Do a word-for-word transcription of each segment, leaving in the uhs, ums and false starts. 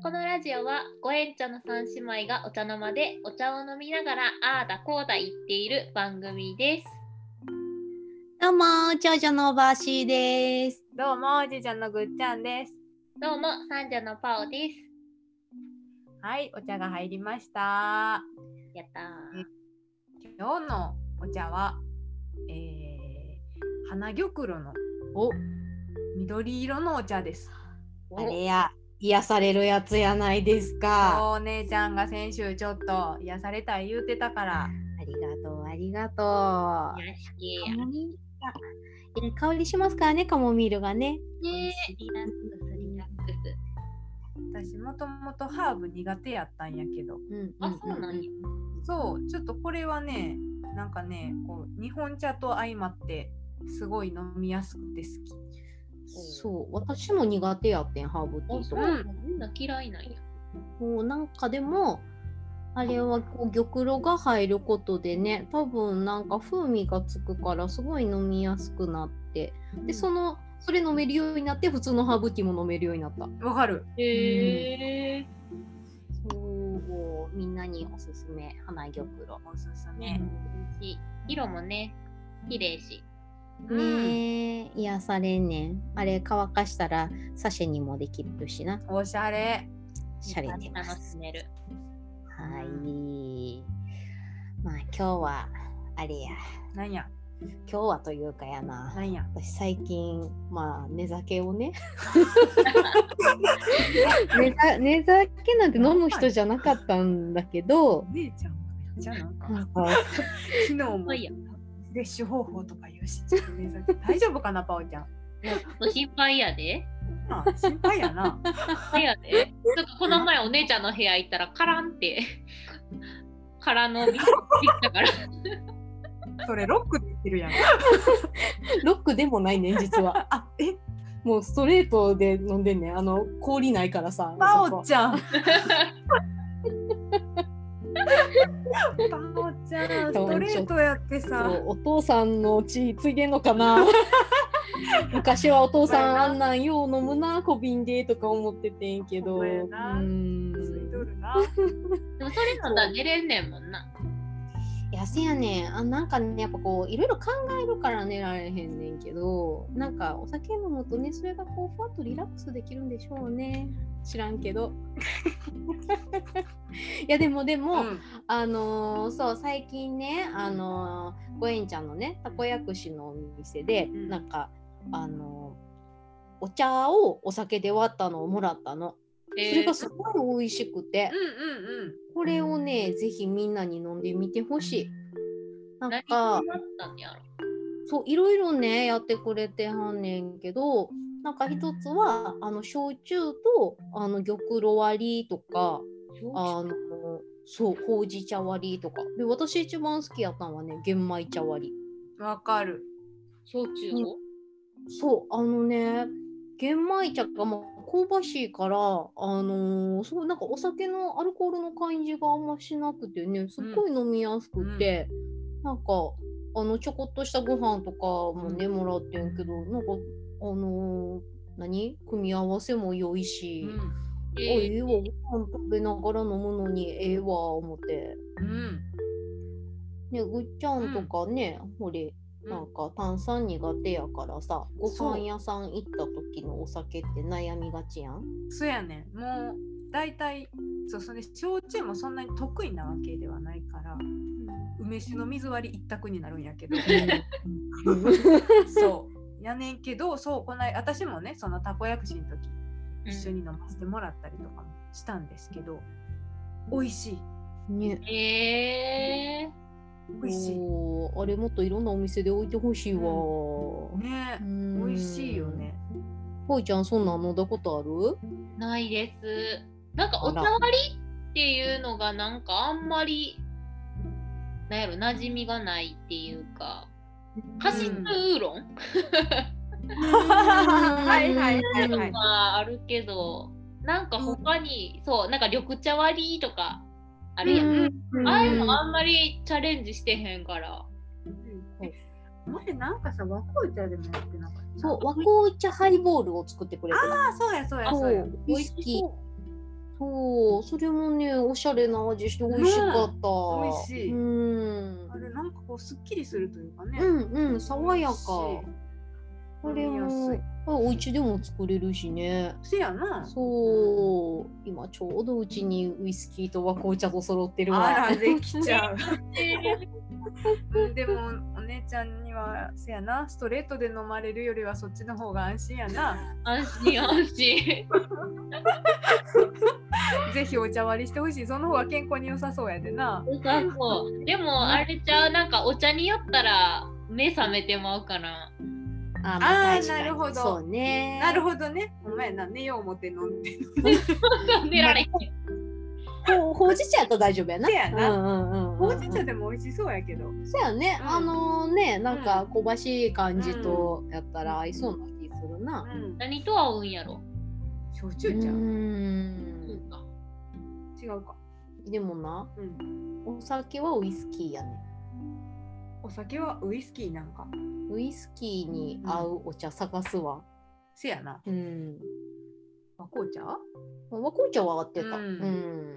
このラジオはご縁茶の三姉妹がお茶の間でお茶を飲みながらあーだこうだ言っている番組です。 どうも長女のバーシーです。 どうもおじいちゃんのぐっちゃんです。 どうも三女のパオです。 はい、お茶が入りました。 やったー。 今日のお茶は、えー、花玉露のお緑色のお茶です。 あれや癒されるやつやないですか。 お姉ちゃんが先週ちょっと癒された言うてたから。 ありがとうありがとう。 よしきカモミールがいい香りしますからね、カモミールがね。 ねリラックスリラックス。 私もともとハーブ苦手やったんやけど、 うん、 あ、そうなんや。 そうちょっとこれはね、なんかねこう日本茶と相まってすごい飲みやすくて好き。 そう私も苦手やってん、ハーブティーとか。 うん、みんな嫌いなんや。 もうなんかでもあれはこう玉露が入ることでね、多分なんか風味がつくからすごい飲みやすくなって、でそのそれ飲めるようになって普通のハーブティーも飲めるようになった。 わかる。 へー。 そうみんなにおすすめ、花玉露おすすめ。 ね、色もね綺麗し。 ねえ、癒されんねん。あれ乾かしたらサシェにもできるしな。 おしゃれ。 しゃれてま楽す。 しめる。 はい。まあ今日はあれや。 なんや。 今日はというかやな。 なんや。 私最近まあ寝酒をね。寝ざ寝酒なんて飲む人じゃなかったんだけど。 姉ちゃんもめっちゃなんか。 なんか昨日もレッシュ方法とか言うし、ちょっとね大丈夫かなパオちゃん。 心配やで。 ああ心配やな。 せやで。ちょっとこの前お姉ちゃんの部屋行ったらカランって空のビッたから。 それロックで言ってるやん。 ロックでもないねん実は。 あえもうストレートで飲んでんねん。あの氷ないからさ。 パオちゃん。パオちゃんストレートやってさ。 お父さんの血ついでんのかな。昔はお父さんあんなんよう飲むな小瓶でとか思っててんけど。 うーん。ついとるな。 でもそれ飲んだら寝れんねんもんな。 いやせやねん。あなんかねやっぱこういろいろ考えるから寝られへんねんけど、なんかお酒飲むとねそれがこうふわっとリラックスできるんでしょうね。知らんけど。いやでもでも、うん、あのー、そう最近ねあのー、ごえんちゃんのねたこ焼きのお店で、うん、なんかあのー、お茶をお酒で割ったのをもらったの。それがすごい美味しくて、 うんうんうん、 これをねぜひみんなに飲んでみてほしい。なんかそういろいろねやってくれてはんねんけど、なんか一つはあの焼酎とあの玉露割りとか、あのそうほうじ茶割りとかで、私一番好きやったのはね玄米茶割り。 わかる。 焼酎を、 うん、そうあのね玄米茶がもう香ばしいから、あのー、そうなんかお酒のアルコールの感じがあんましなくてねすっごい飲みやすくて、うん、なんかあのちょこっとしたご飯とかもねもらってんけど、なんかあのー、何組み合わせも良いし、うん、えー、ええわご飯食べながら飲むのにええわ思って、うん、ねぐっちゃんとかね、うん、ほれなんか炭酸苦手やからさ、ご飯屋さん行った時のお酒って悩みがちやん。 そうやねん。もうだいたいそうそれ焼酎もそんなに得意なわけではないから、うん、梅酒の水割り一択になるんやけどそうやねんけど、そうこない私もねそのたこ焼きの時一緒に飲ませてもらったりとかもしたんですけど、うん、美味しいね。 えー美味しい。 あれもっといろんなお店で置いてほしいわ、 うん、ね美味しいよね。 ぽいちゃんそんな飲んだことある？ ないです。なんかお茶割りっていうのがなんかあんまりなんやろ馴染みがないっていうか、カシスウーロンはいはいはいはいはあるけど、なんか他に、うん、そうなんか緑茶割りとかあれやん、うん、ああいうのあんまりチャレンジしてへんから。 うん、もしなんかさ和紅茶でもやってなかった。 そう和紅茶ハイボールを作ってくれてる。 ああそうやそうやそうや。 美味しい。 そう、それもね、おしゃれな味して美味しかった。 美味しい。 うん。 あれなんかこうすっきりするというかね。 うんうん、爽やか。これ飲みやすもい。 お家でも作れるしね。 せやな。 そう、今ちょうどうちにウイスキーと和紅茶と揃ってるわ。 あらできちゃう。うんでもお姉ちゃんにはせやな、ストレートで飲まれるよりはそっちの方が安心やな。 安心安心。 ぜひお茶割りしてほしい。その方が健康に良さそうやでな。 良さそう。でもあれちゃう、なんかお茶によったら目覚めてまうかな。 ああー確かになるほどそうね。 なるほどね。お前な、寝よう思って飲んで。 寝られへん。 ほうほうじ茶やったら大丈夫やな。 せやな。 うんうんうんうん、 ほうじ茶でも美味しそうやけど。 そうやね、 うんあのね、なんかうん香ばしい感じとやったら合いそうな気するな。 うん。 何と合うんやろ。 う焼酎茶。 ー。 そうんか。 違うか。 でもな、 うん。 お酒はウイスキーやね。 お酒はウイスキーなんか。 ウイスキーに合うお茶探すわ。 せやな。 うん。 和紅茶？ 和紅茶は合ってた。 ううんん。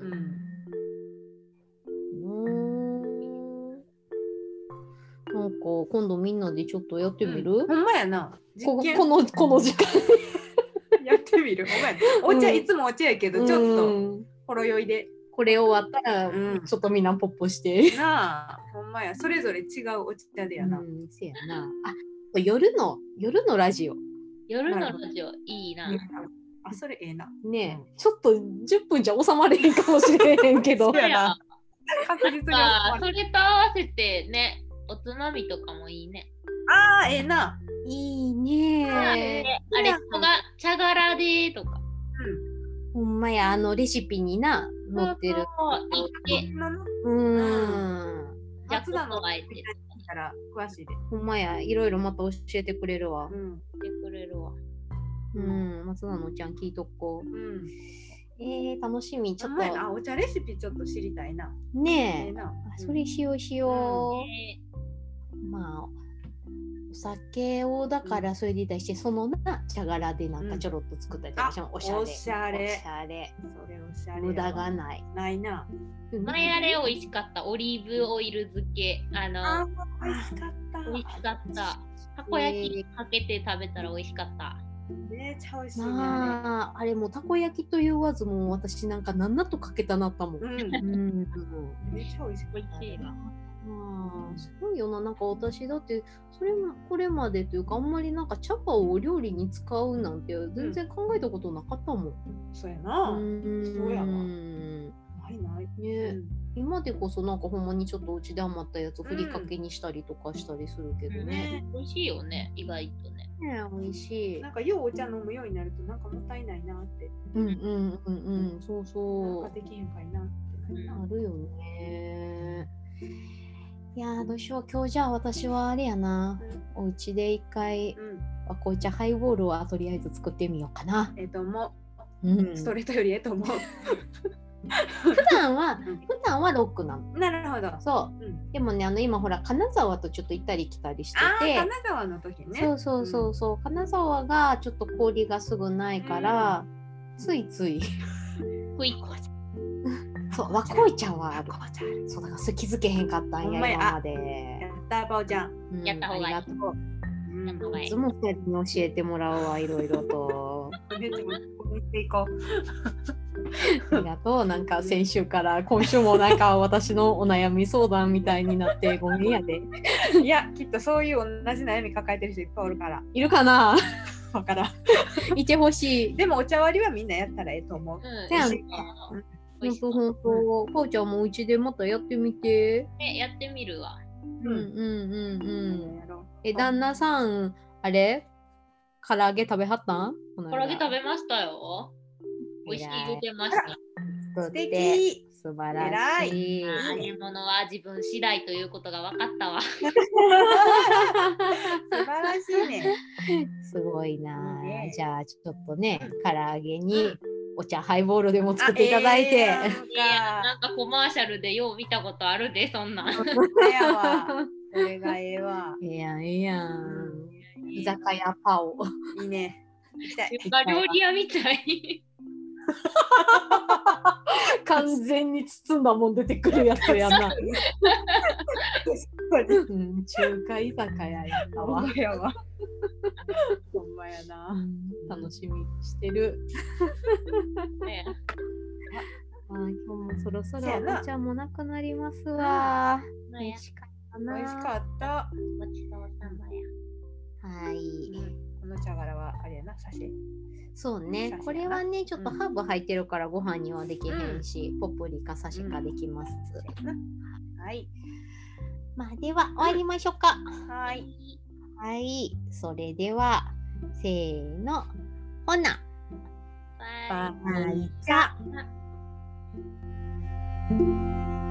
うん。 うん。なんか今度みんなでちょっとやってみる？ ほんまやな。 こ実験このこの時間。 やってみる。ほんまやな。お茶、 うんいつもお茶やけど、ちょっとうんほろ酔いで。 これ終わったら、 うんちょっとみんなポッポして。 なあ、ほんまや。それぞれ違うお茶でやな。 うん、せやな。あ、夜の夜のラジオ夜のラジオいいな。 あ、それええな。 ね、 うんちょっとじゅっぷんじゃ収まれへんかもしれへんけど。 そうやな確実に収まる。 あそれと合わせてね、おつまみとかもいいね。 ああ、ええな。 いいね。 あれ、茶が茶殻でとか。 ほんまや、あのレシピにな載ってる。 そう言って、 うん。 じゃあ松田のことあえてから詳しいで。 ほんまや、いろいろまた教えてくれるわ。 うん。 言ってくれるわ。 うん、松田のちゃん聞いとこう。 うん。 えー、楽しみ。ちょっとほんまやな。あ、お茶レシピちょっと知りたいな。ええねえ。 な。 あそれしようしよえう。まあ、お酒をだからそれで出して、そのな茶殻でなんかちょろっと作ったりとかしても、 あおしゃれ。 おしゃれおしゃれ。 それおしゃれやわ。 無駄がない。 ないな。 ー前あれ美味しかった。オリーブオイル漬け。あの、 あ、美味しかった。 美味しかった。たこ焼きかけて食べたら美味しかった。 めっちゃ美味しいね。 まあ、あれもうたこ焼きと言わずもう私なんか何なとかけたなったもん。 うん。 うん。 めっちゃ美味しか美った。 味しいな。 まあ、すごいよな。なんか私だってそれもこれまでというかあんまりなんか茶葉を料理に使うなんて全然考えたことなかったもん。 そうやな。 うんそうやわんないない。 ね、 うん今でこそなんかほんまにちょっとうちで余ったやつふりかけにしたりとかしたりするけどね。 ね。 美味しいよね、意外とね。 ね美味しいなん。かようお茶飲むようになるとなんかもったいないなって。 うんうんうんうん、そうなんそう。 かできへんかいなってなるな。 あるよね。いやーどうしよう。今日じゃあ私はあれやな。お家で一回うん。 和紅茶ハイボールはとりあえず作ってみようかな。 えっともうんうストレートよりええと思う。 普段はうん普段はロックなの。 なるほど。 そう。 うん。 でもねあの今ほら金沢とちょっと行ったり来たりしてああ、 て。 金沢の時ね。 そうそうそうそう、金沢がちょっと氷がすぐないから、ついついクイッそう和紅茶はある。 紅茶ある。 そうだからそれ気づけへんかったんやほんまや今まで。 やったばおちゃん。 うんやった方がいいありがとう。 うんやった方がいいいつもふたりに教えてもらうわいろいろと。 お姉ちゃんもここにしていこう。 ありがとう。なんか先週から今週もなんか私のお悩み相談みたいになってごめんやで。 いや、きっとそういう同じ悩み抱えてる人いっぱいおるから。 いるかな。 わからん。 いてほしい。 でもお茶割りはみんなやったらええと思う。 うん、 せやん美味しいな美味しそうほんとほんと。こうちゃんもうちでまたやってみて。 ね、やってみるわ。 うんうんうんうん。 やろうえ、旦那さん、あれ唐揚げ食べはったん？唐唐揚げ食べましたよ。美味しい言うてました。 べ素敵。 素晴らしい。 揚げ物は自分次第ということが分かったわ。 素晴らしいね。 すごいな、 いいねじゃあちょっとね、唐揚げにお茶ハイボールでも作っていただいて。 あええやんいやかなんかコマーシャルでよう見たことあるで、そんなん。 そやわ。それがええわ。 ええやんええやん。 うん居酒屋パオ。 いいね。行きたい。 中華料理屋みたい。 完全に包んだもん出てくるやつやな。うん、中華居酒屋やったわ。 ほんまやわ。ほんまやな。 うん、楽しみにしてる。 ねあ、今日もそろそろせやなお茶もなくなりますわ。 なんや美味しかったな。 美味しかった。 ごちそうさまや。 はい。 この茶殻はあれやな、サシェ。 そうね。これはね、ちょっとハーブ入ってるからご飯にはできへんし、ポプリかサシかできます。 はい。 まあでは終わりましょうか。 はい。 はい。それでは、せーの。ほな。 バイバイチャ。 バイ。